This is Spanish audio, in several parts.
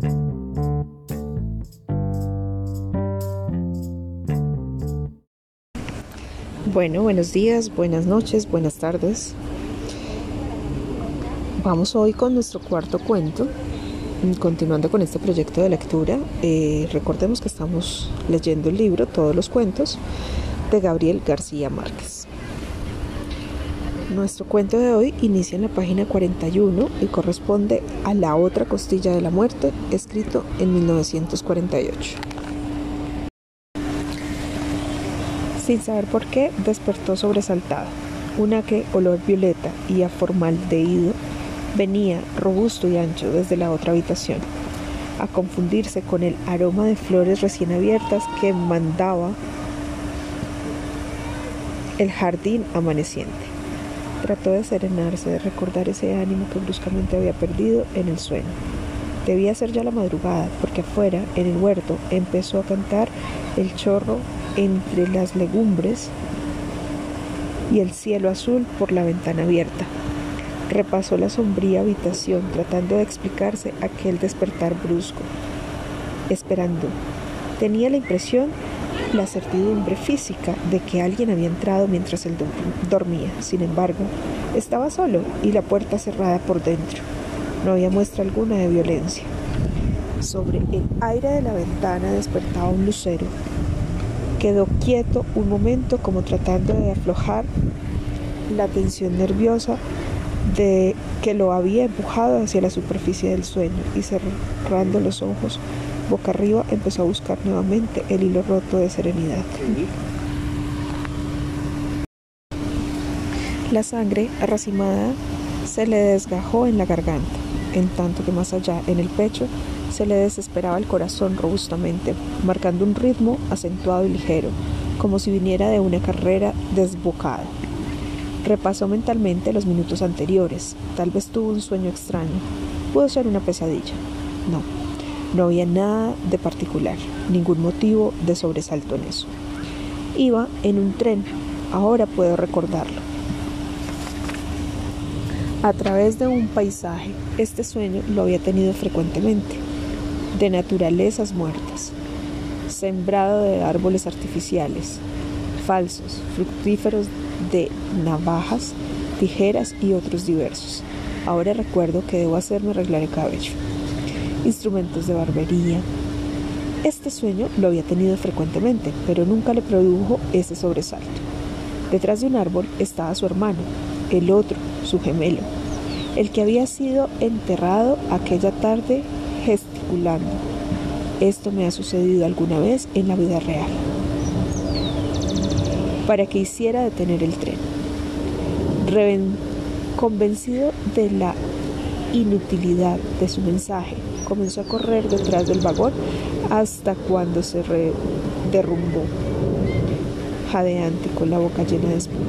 Bueno, buenos días, buenas noches, buenas tardes. Vamos hoy con nuestro cuarto cuento, continuando con este proyecto de lectura. Recordemos que estamos leyendo el libro Todos los cuentos de Gabriel García Márquez. Nuestro cuento de hoy inicia en la página 41 y corresponde a La otra costilla de la muerte, escrito en 1948. Sin saber por qué, despertó sobresaltado. Un aque olor violeta y a formaldehído venía, robusto y ancho, desde la otra habitación, a confundirse con el aroma de flores recién abiertas que mandaba el jardín amaneciente. Trató de serenarse, de recordar ese ánimo que bruscamente había perdido en el sueño. Debía ser ya la madrugada, porque afuera, en el huerto, empezó a cantar el chorro entre las legumbres y el cielo azul por la ventana abierta. Repasó la sombría habitación, tratando de explicarse aquel despertar brusco. Esperando. Tenía la impresión, la certidumbre física de que alguien había entrado mientras él dormía. Sin embargo, estaba solo y la puerta cerrada por dentro. No había muestra alguna de violencia. Sobre el aire de la ventana despertaba un lucero. Quedó quieto un momento, como tratando de aflojar la tensión nerviosa de que lo había empujado hacia la superficie del sueño, y cerrando los ojos boca arriba empezó a buscar nuevamente el hilo roto de serenidad. La sangre arracimada se le desgajó en la garganta, en tanto que más allá, en el pecho, se le desesperaba el corazón robustamente, marcando un ritmo acentuado y ligero, como si viniera de una carrera desbocada. Repasó mentalmente los minutos anteriores. Tal vez tuvo un sueño extraño. Pudo ser una pesadilla. No había nada de particular, ningún motivo de sobresalto en eso. Iba en un tren, ahora puedo recordarlo. A través de un paisaje, este sueño lo había tenido frecuentemente, de naturalezas muertas, sembrado de árboles artificiales, falsos, fructíferos, de navajas, tijeras y otros diversos. Ahora recuerdo que debo hacerme arreglar el cabello. Instrumentos de barbería. Este sueño lo había tenido frecuentemente, pero nunca le produjo ese sobresalto. Detrás de un árbol estaba su hermano, el otro, su gemelo, el que había sido enterrado aquella tarde gesticulando. Esto me ha sucedido alguna vez en la vida real. Para que hiciera detener el tren. Convencido de la inutilidad de su mensaje, comenzó a correr detrás del vagón hasta cuando se derrumbó, jadeante, con la boca llena de espuma.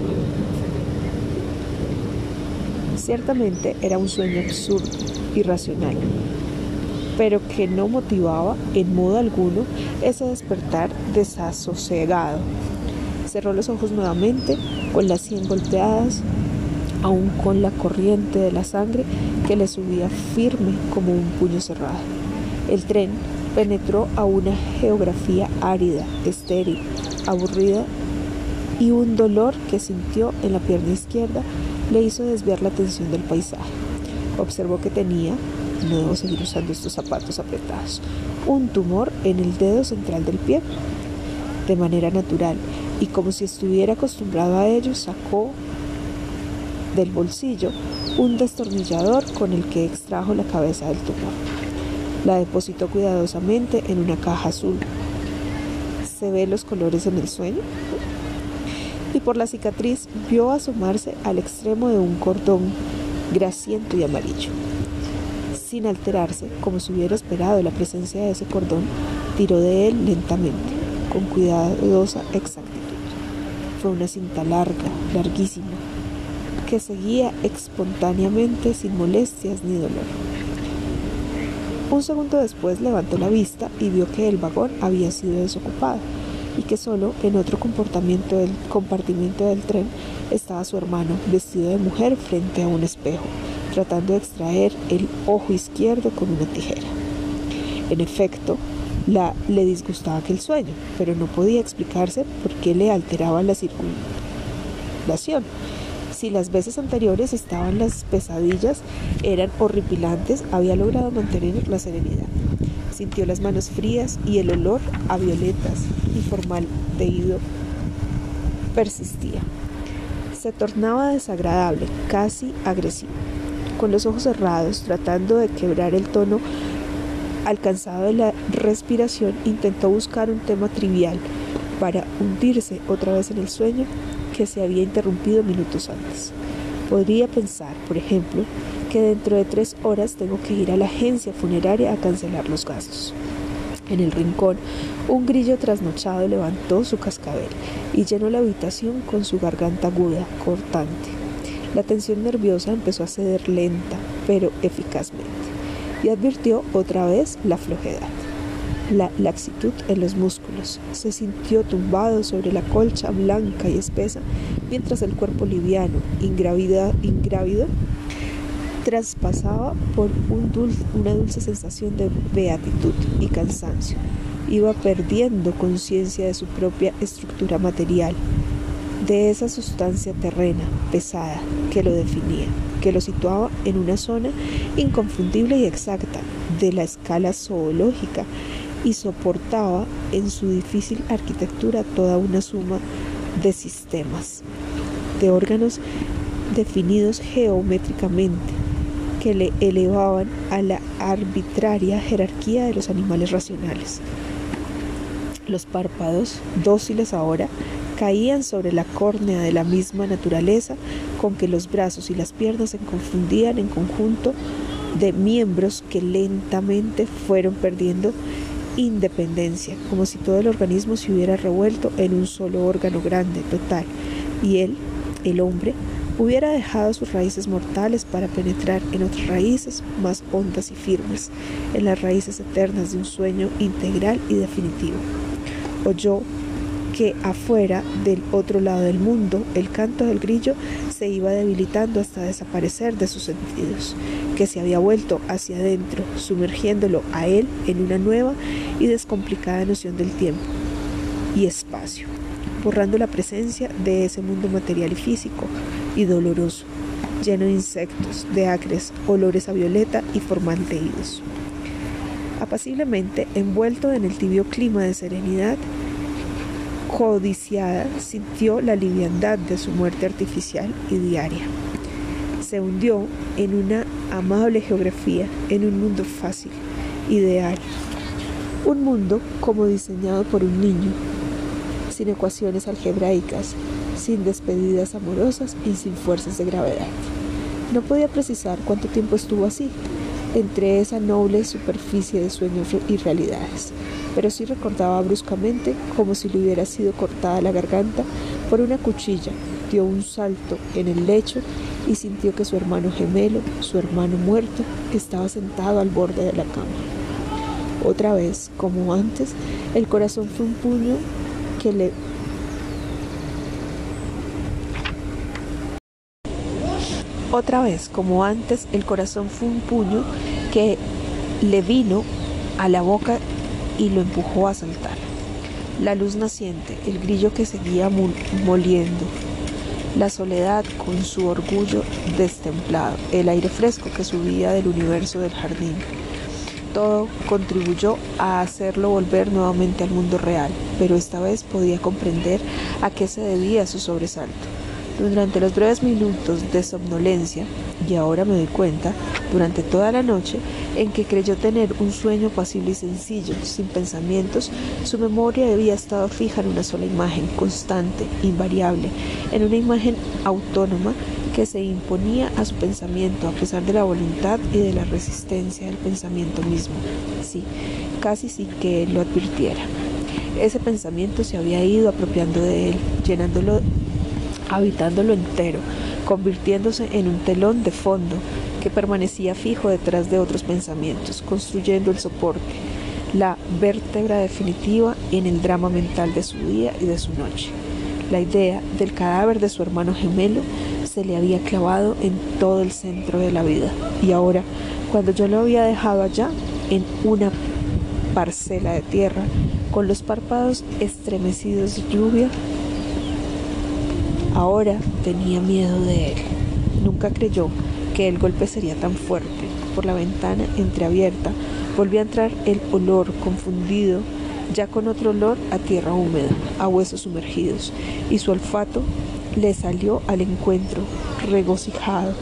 Ciertamente era un sueño absurdo, irracional, pero que no motivaba en modo alguno ese despertar desasosegado. Cerró los ojos nuevamente, con las sien golpeadas, aún con la corriente de la sangre que le subía firme como un puño cerrado. El tren penetró a una geografía árida, estéril, aburrida, y un dolor que sintió en la pierna izquierda le hizo desviar la atención del paisaje. Observó que tenía, no debo seguir usando estos zapatos apretados, un tumor en el dedo central del pie. De manera natural, y como si estuviera acostumbrado a ello, sacó del bolsillo un destornillador con el que extrajo la cabeza del tumor. La depositó cuidadosamente en una caja azul. ¿Se ve los colores en el sueño? Y por la cicatriz vio asomarse al extremo de un cordón grasiento y amarillo. Sin alterarse, como si hubiera esperado la presencia de ese cordón, tiró de él lentamente, con cuidadosa exactitud. Fue una cinta larga, larguísima, que seguía espontáneamente sin molestias ni dolor. Un segundo después levantó la vista y vio que el vagón había sido desocupado y que solo en otro compartimento del tren estaba su hermano, vestido de mujer, frente a un espejo, tratando de extraer el ojo izquierdo con una tijera. En efecto, le disgustaba aquel sueño, pero no podía explicarse por qué le alteraba la circulación. Si las veces anteriores las pesadillas eran horripilantes, había logrado mantener la serenidad. Sintió las manos frías y el olor a violetas y formaldehído persistía. Se tornaba desagradable, casi agresivo. Con los ojos cerrados, tratando de quebrar el tono alcanzado de la respiración, intentó buscar un tema trivial para hundirse otra vez en el sueño que se había interrumpido minutos antes. Podría pensar, por ejemplo, que dentro de 3 horas tengo que ir a la agencia funeraria a cancelar los gastos. En el rincón, un grillo trasnochado levantó su cascabel y llenó la habitación con su garganta aguda, cortante. La tensión nerviosa empezó a ceder lenta, pero eficazmente, y advirtió otra vez la flojedad, la laxitud en los músculos. Se sintió tumbado sobre la colcha blanca y espesa, mientras el cuerpo liviano, ingrávido, traspasaba por una dulce sensación de beatitud y cansancio. Iba perdiendo conciencia de su propia estructura material, de esa sustancia terrena, pesada, que lo definía, que lo situaba en una zona inconfundible y exacta de la escala zoológica y soportaba en su difícil arquitectura toda una suma de sistemas, de órganos definidos geométricamente, que le elevaban a la arbitraria jerarquía de los animales racionales. Los párpados, dóciles ahora, caían sobre la córnea de la misma naturaleza con que los brazos y las piernas se confundían en conjunto de miembros que lentamente fueron perdiendo independencia, como si todo el organismo se hubiera revuelto en un solo órgano grande, total, y él, el hombre, hubiera dejado sus raíces mortales para penetrar en otras raíces más hondas y firmes, en las raíces eternas de un sueño integral y definitivo. Oyó que afuera, del otro lado del mundo, el canto del grillo se iba debilitando hasta desaparecer de sus sentidos, que se había vuelto hacia adentro, sumergiéndolo a él en una nueva y descomplicada noción del tiempo y espacio, borrando la presencia de ese mundo material y físico y doloroso, lleno de insectos, de acres olores a violeta y formaldehídos. Apaciblemente, envuelto en el tibio clima de serenidad codiciada, sintió la liviandad de su muerte artificial y diaria. Se hundió en una amable geografía, en un mundo fácil, ideal, un mundo como diseñado por un niño, sin ecuaciones algebraicas, sin despedidas amorosas y sin fuerzas de gravedad. No podía precisar cuánto tiempo estuvo así, entre esa noble superficie de sueños y realidades, pero sí recordaba bruscamente, como si le hubiera sido cortada la garganta por una cuchilla. Dio un salto en el lecho y sintió que su hermano gemelo, su hermano muerto, estaba sentado al borde de la cama. Otra vez, como antes, el corazón fue un puño que le vino a la boca y lo empujó a saltar. La luz naciente, el grillo que seguía moliendo, la soledad con su orgullo destemplado, el aire fresco que subía del universo del jardín, todo contribuyó a hacerlo volver nuevamente al mundo real, pero esta vez podía comprender a qué se debía su sobresalto. Durante los breves minutos de somnolencia, y ahora me doy cuenta, durante toda la noche, en que creyó tener un sueño pasible y sencillo, sin pensamientos, su memoria había estado fija en una sola imagen, constante, invariable, en una imagen autónoma que se imponía a su pensamiento a pesar de la voluntad y de la resistencia del pensamiento mismo. Sí, casi sin que él lo advirtiera. Ese pensamiento se había ido apropiando de él, llenándolo, habitándolo entero, convirtiéndose en un telón de fondo que permanecía fijo detrás de otros pensamientos, construyendo el soporte, la vértebra definitiva en el drama mental de su día y de su noche. La idea del cadáver de su hermano gemelo se le había clavado en todo el centro de la vida, y ahora, cuando yo lo había dejado allá, en una parcela de tierra, con los párpados estremecidos de lluvia. Ahora tenía miedo de él. Nunca creyó que el golpe sería tan fuerte. Por la ventana entreabierta volvió a entrar el olor confundido, ya con otro olor a tierra húmeda, a huesos sumergidos, y su olfato le salió al encuentro, regocijado,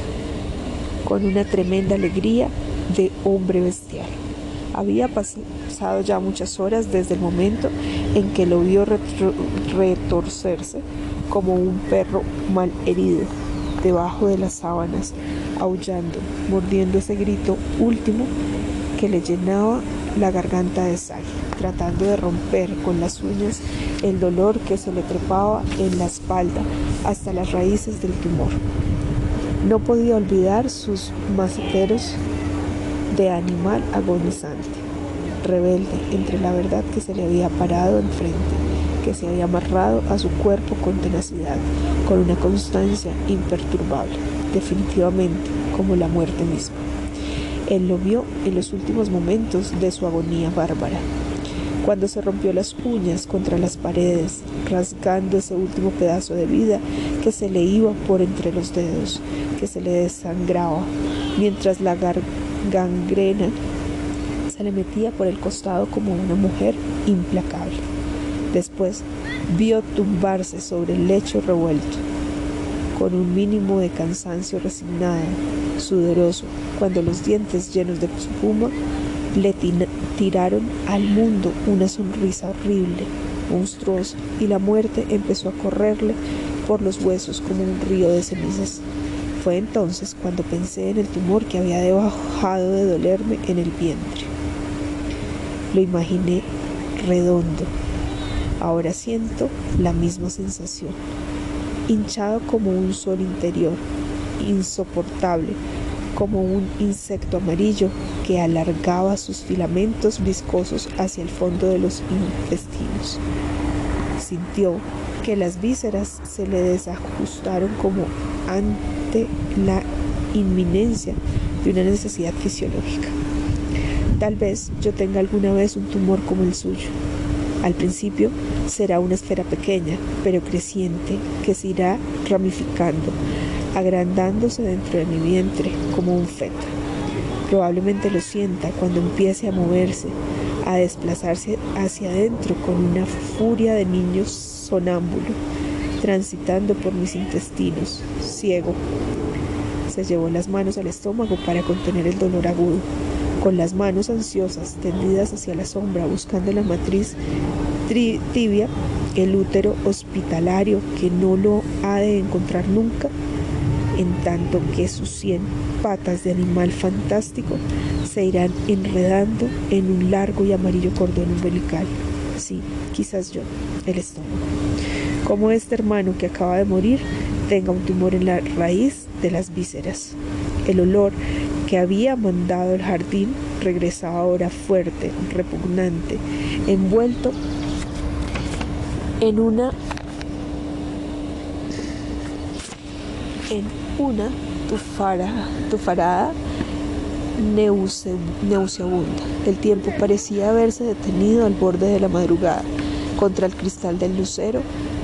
con una tremenda alegría de hombre bestial. Había pasado ya muchas horas desde el momento en que lo vio retorcerse como un perro mal herido debajo de las sábanas, aullando, mordiendo ese grito último que le llenaba la garganta de sal, tratando de romper con las uñas el dolor que se le trepaba en la espalda hasta las raíces del tumor. No podía olvidar sus maceteros de animal agonizante, rebelde entre la verdad que se le había parado enfrente, que se había amarrado a su cuerpo con tenacidad, con una constancia imperturbable, definitivamente como la muerte misma. Él lo vio en los últimos momentos de su agonía bárbara, cuando se rompió las uñas contra las paredes, rasgando ese último pedazo de vida que se le iba por entre los dedos, que se le desangraba, mientras la gangrena se le metía por el costado como una mujer implacable. Después vio tumbarse sobre el lecho revuelto, con un mínimo de cansancio resignado, sudoroso, cuando los dientes llenos de espuma le tiraron al mundo una sonrisa horrible, monstruosa, y la muerte empezó a correrle por los huesos como un río de cenizas. Fue entonces cuando pensé en el tumor que había dejado de dolerme en el vientre. Lo imaginé redondo. Ahora siento la misma sensación, hinchado como un sol interior, insoportable, como un insecto amarillo que alargaba sus filamentos viscosos hacia el fondo de los intestinos. Sintió que las vísceras se le desajustaron como ante la inminencia de una necesidad fisiológica. Tal vez yo tenga alguna vez un tumor como el suyo. Al principio será una esfera pequeña, pero creciente, que se irá ramificando, agrandándose dentro de mi vientre como un feto. Probablemente lo sienta cuando empiece a moverse, a desplazarse hacia adentro con una furia de niño sonámbulo, transitando por mis intestinos, ciego. Se llevó las manos al estómago para contener el dolor agudo. Con las manos ansiosas tendidas hacia la sombra, buscando la matriz tibia, el útero hospitalario que no lo ha de encontrar nunca, en tanto que sus 100 patas de animal fantástico se irán enredando en un largo y amarillo cordón umbilical. Sí, quizás yo, el estómago. Como este hermano que acaba de morir tenga un tumor en la raíz de las vísceras. El olor que había mandado el jardín regresaba ahora fuerte, repugnante, envuelto en una tufarada nauseabunda. El tiempo parecía haberse detenido al borde de la madrugada. Contra el cristal del lucero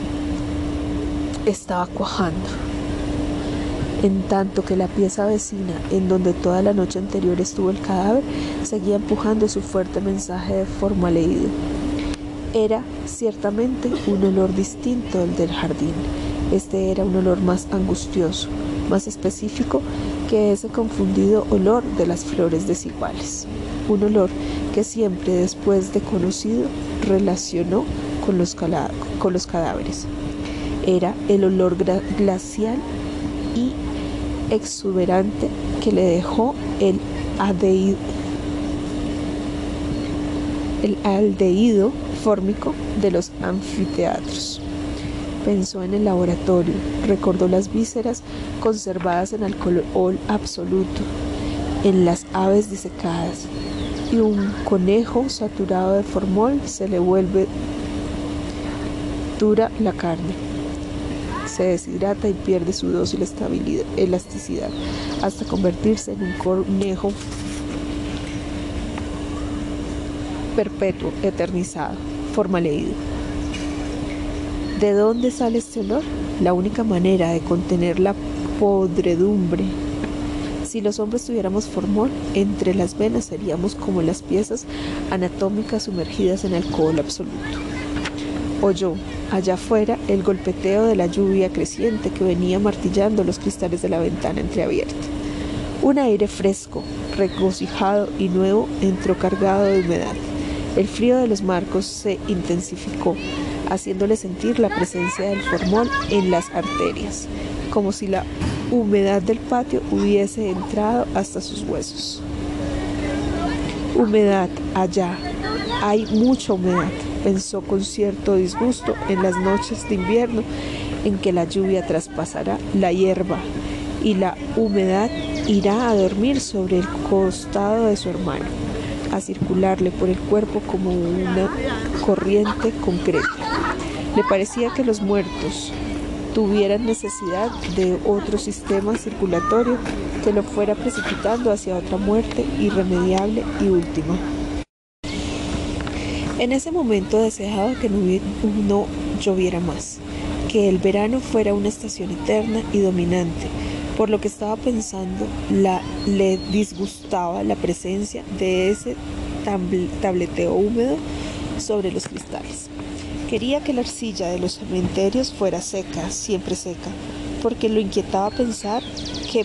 estaba cuajando, en tanto que la pieza vecina, en donde toda la noche anterior estuvo el cadáver, seguía empujando su fuerte mensaje de formaldehído. Era ciertamente un olor distinto del del jardín. Este era un olor más angustioso, más específico que ese confundido olor de las flores desiguales. Un olor que siempre después de conocido relacionó con los cadáveres. Era el olor glacial y exuberante que le dejó el aldehído fórmico de los anfiteatros. Pensó en el laboratorio, recordó las vísceras conservadas en alcohol absoluto, en las aves disecadas, y un conejo saturado de formol se le vuelve dura la carne. Se deshidrata y pierde su dócil elasticidad hasta convertirse en un conejo perpetuo, eternizado, formaldehído. ¿De dónde sale este olor? La única manera de contener la podredumbre. Si los hombres tuviéramos formol, entre las venas seríamos como las piezas anatómicas sumergidas en alcohol absoluto. Oyó, allá afuera, el golpeteo de la lluvia creciente que venía martillando los cristales de la ventana entreabierta. Un aire fresco, regocijado y nuevo entró cargado de humedad. El frío de los marcos se intensificó, haciéndole sentir la presencia del formol en las arterias, como si la humedad del patio hubiese entrado hasta sus huesos. Humedad, allá, hay mucha humedad, pensó con cierto disgusto en las noches de invierno en que la lluvia traspasará la hierba y la humedad irá a dormir sobre el costado de su hermano, a circularle por el cuerpo como una corriente concreta. Le parecía que los muertos tuvieran necesidad de otro sistema circulatorio que lo fuera precipitando hacia otra muerte irremediable y última. En ese momento deseaba que no lloviera más, que el verano fuera una estación eterna y dominante. Por lo que estaba pensando, le disgustaba la presencia de ese tableteo húmedo sobre los cristales. Quería que la arcilla de los cementerios fuera seca, siempre seca, porque lo inquietaba pensar que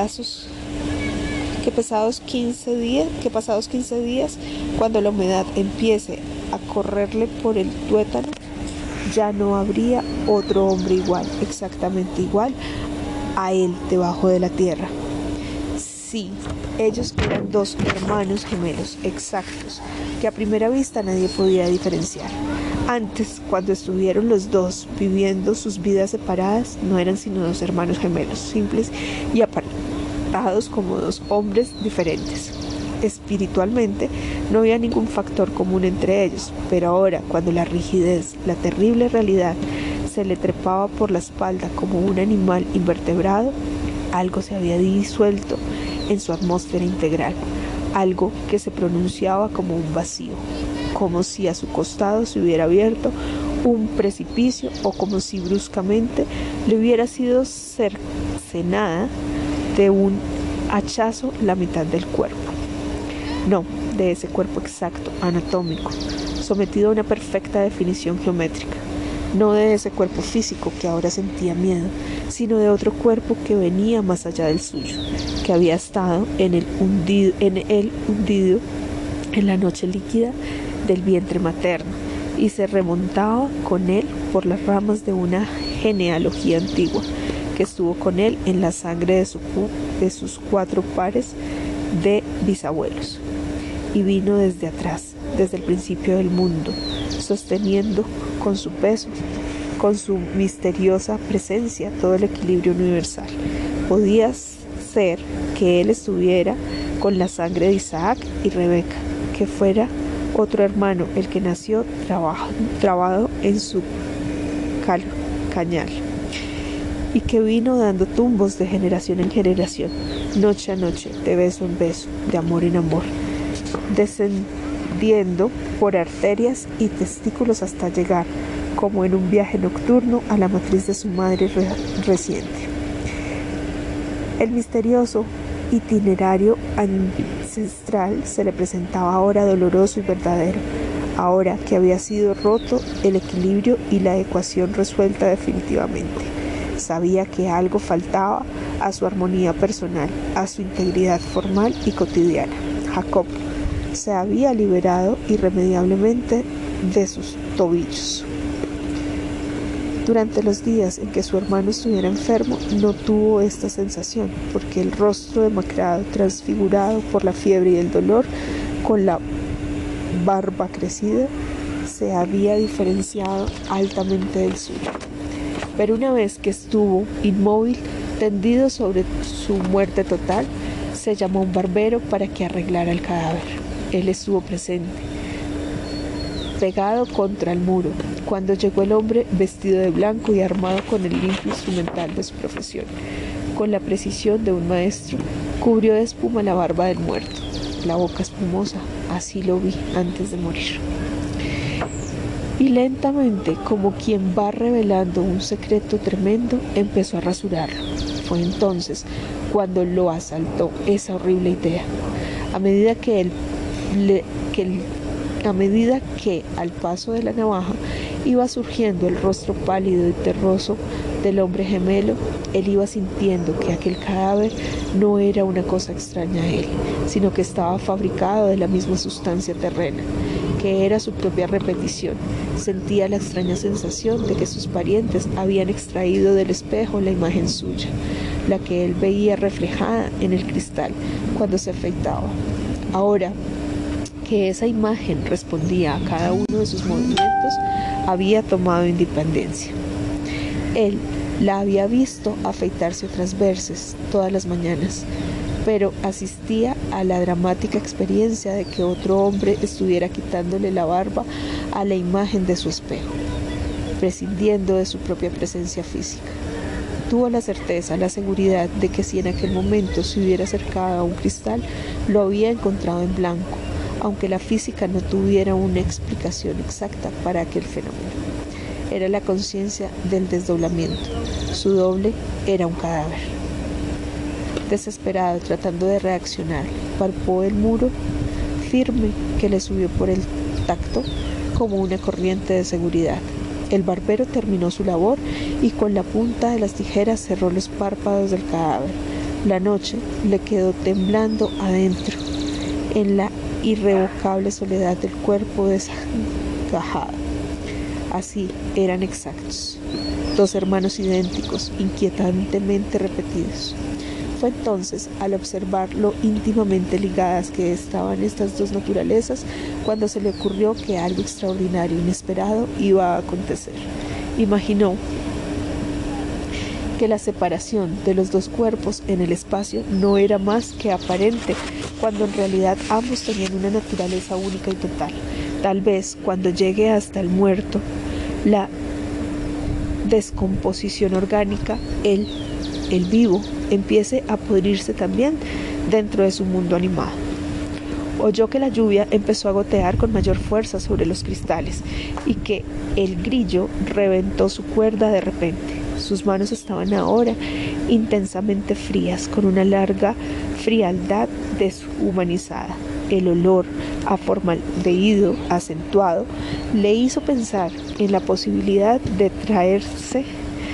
pasados 15 días, cuando la humedad empiece a correrle por el tuétano, ya no habría otro hombre igual, exactamente igual a él debajo de la tierra. Sí, ellos eran dos hermanos gemelos exactos, que a primera vista nadie podía diferenciar. Antes, cuando estuvieron los dos viviendo sus vidas separadas, no eran sino dos hermanos gemelos, simples y apartados como dos hombres diferentes. Espiritualmente, no había ningún factor común entre ellos, pero ahora, cuando la rigidez, la terrible realidad, se le trepaba por la espalda como un animal invertebrado, algo se había disuelto en su atmósfera integral, algo que se pronunciaba como un vacío, como si a su costado se hubiera abierto un precipicio o como si bruscamente le hubiera sido cercenada de un hachazo la mitad del cuerpo. No, de ese cuerpo exacto, anatómico, sometido a una perfecta definición geométrica. No de ese cuerpo físico que ahora sentía miedo, sino de otro cuerpo que venía más allá del suyo, que había estado en él hundido en la noche líquida del vientre materno y se remontaba con él por las ramas de una genealogía antigua que estuvo con él en la sangre de sus 4 pares de bisabuelos, y vino desde atrás, desde el principio del mundo, sosteniendo con su peso, con su misteriosa presencia, todo el equilibrio universal. Podía ser que él estuviera con la sangre de Isaac y Rebeca, que fuera otro hermano el que nació trabado en su cañal, y que vino dando tumbos de generación en generación, noche a noche, de beso en beso, de amor en amor, descendiendo por arterias y testículos hasta llegar, como en un viaje nocturno, a la matriz de su madre reciente. El misterioso itinerario ancestral se le presentaba ahora doloroso y verdadero, ahora que había sido roto el equilibrio y la ecuación resuelta definitivamente. Sabía que algo faltaba a su armonía personal, a su integridad formal y cotidiana. Jacob se había liberado irremediablemente de sus tobillos. Durante los días en que su hermano estuviera enfermo, no tuvo esta sensación, porque el rostro demacrado, transfigurado por la fiebre y el dolor, con la barba crecida, se había diferenciado altamente del suyo. Pero una vez que estuvo inmóvil, tendido sobre su muerte total, se llamó a un barbero para que arreglara el cadáver. Él estuvo presente, pegado contra el muro, cuando llegó el hombre vestido de blanco y armado con el limpio instrumental de su profesión. Con la precisión de un maestro, cubrió de espuma la barba del muerto. La boca espumosa, así lo vi antes de morir. Y lentamente, como quien va revelando un secreto tremendo, empezó a rasurarlo. Fue entonces cuando lo asaltó esa horrible idea. A medida que al paso de la navaja iba surgiendo el rostro pálido y terroso del hombre gemelo, él iba sintiendo que aquel cadáver no era una cosa extraña a él, sino que estaba fabricado de la misma sustancia terrena, que era su propia repetición. Sentía la extraña sensación de que sus parientes habían extraído del espejo la imagen suya, la que él veía reflejada en el cristal cuando se afeitaba. Ahora que esa imagen respondía a cada uno de sus movimientos, había tomado independencia. Él la había visto afeitarse otras veces todas las mañanas, pero asistía a la dramática experiencia de que otro hombre estuviera quitándole la barba a la imagen de su espejo, prescindiendo de su propia presencia física. Tuvo la certeza, la seguridad de que si en aquel momento se hubiera acercado a un cristal, lo había encontrado en blanco, aunque la física no tuviera una explicación exacta para aquel fenómeno. Era la conciencia del desdoblamiento. Su doble era un cadáver. Desesperado, tratando de reaccionar, palpó el muro firme que le subió por el tacto como una corriente de seguridad. El barbero terminó su labor y con la punta de las tijeras cerró los párpados del cadáver. La noche le quedó temblando adentro, en la irrevocable soledad del cuerpo desgajado. Así eran exactos. Dos hermanos idénticos, inquietantemente repetidos. Fue entonces, al observar lo íntimamente ligadas que estaban estas dos naturalezas, cuando se le ocurrió que algo extraordinario, inesperado, iba a acontecer. Imaginó que la separación de los dos cuerpos en el espacio no era más que aparente, cuando en realidad ambos tenían una naturaleza única y total. Tal vez cuando llegue hasta el muerto, la descomposición orgánica, el vivo, empiece a pudrirse también dentro de su mundo animado. Oyó que la lluvia empezó a gotear con mayor fuerza sobre los cristales y que el grillo reventó su cuerda de repente. Sus manos estaban ahora intensamente frías, con una larga frialdad deshumanizada. El olor a formaldehído acentuado le hizo pensar en la posibilidad de traerse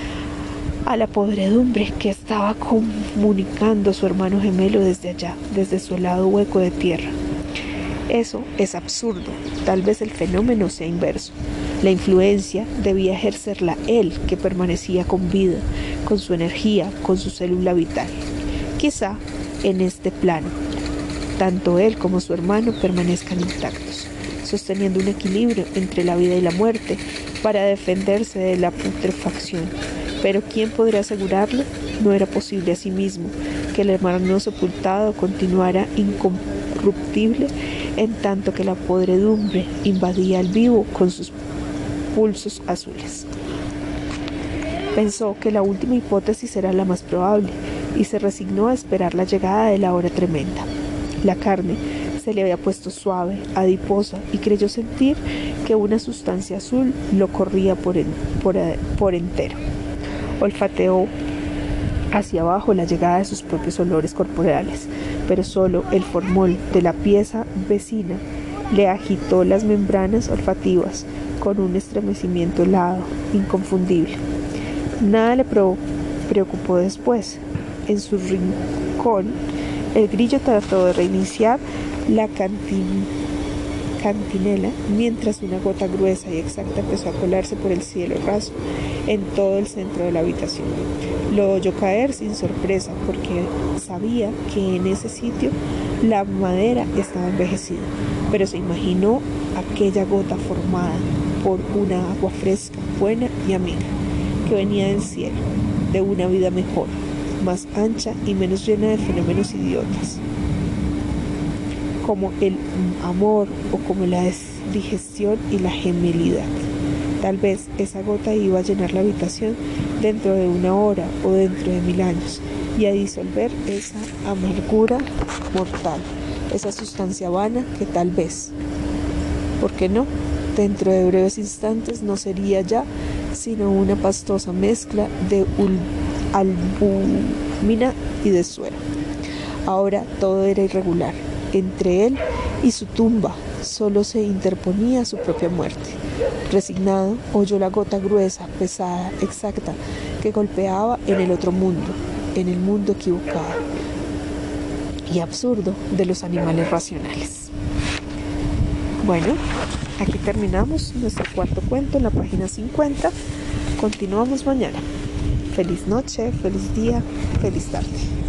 a la podredumbre que estaba comunicando su hermano gemelo desde allá, desde su helado hueco de tierra. Eso es absurdo. Tal vez el fenómeno sea inverso. La influencia debía ejercerla él, que permanecía con vida, con su energía, con su célula vital. Quizá en este plano, tanto él como su hermano permanezcan intactos, sosteniendo un equilibrio entre la vida y la muerte para defenderse de la putrefacción. Pero ¿quién podría asegurarlo? No era posible asimismo que el hermano sepultado continuara incorruptible en tanto que la podredumbre invadía al vivo con sus pulsos azules. Pensó que la última hipótesis era la más probable y se resignó a esperar la llegada de la hora tremenda. La carne se le había puesto suave, adiposa, y creyó sentir que una sustancia azul lo corría por entero. Olfateó hacia abajo la llegada de sus propios olores corporales, pero solo el formol de la pieza vecina le agitó las membranas olfativas con un estremecimiento helado, inconfundible. Nada le preocupó después. En su rincón, el grillo trató de reiniciar la cantinela mientras una gota gruesa y exacta empezó a colarse por el cielo raso en todo el centro de la habitación. Lo oyó caer sin sorpresa porque sabía que en ese sitio la madera estaba envejecida, pero se imaginó aquella gota formada por una agua fresca, buena y amiga, que venía del cielo, de una vida mejor, más ancha y menos llena de fenómenos idiotas, como el amor o como la digestión y la gemelidad. Tal vez esa gota iba a llenar la habitación dentro de 1 hora o dentro de 1000 años y a disolver esa amargura mortal esa sustancia vana que tal vez, ¿por qué no?, dentro de breves instantes no sería ya sino una pastosa mezcla de albúmina y de suero. Ahora todo era irregular. Entre él y su tumba solo se interponía su propia muerte. Resignado, oyó la gota gruesa, pesada, exacta, que golpeaba en el otro mundo, en el mundo equivocado y absurdo de los animales racionales. Bueno, aquí terminamos nuestro cuarto cuento en la página 50. Continuamos mañana. Feliz noche, feliz día, feliz tarde.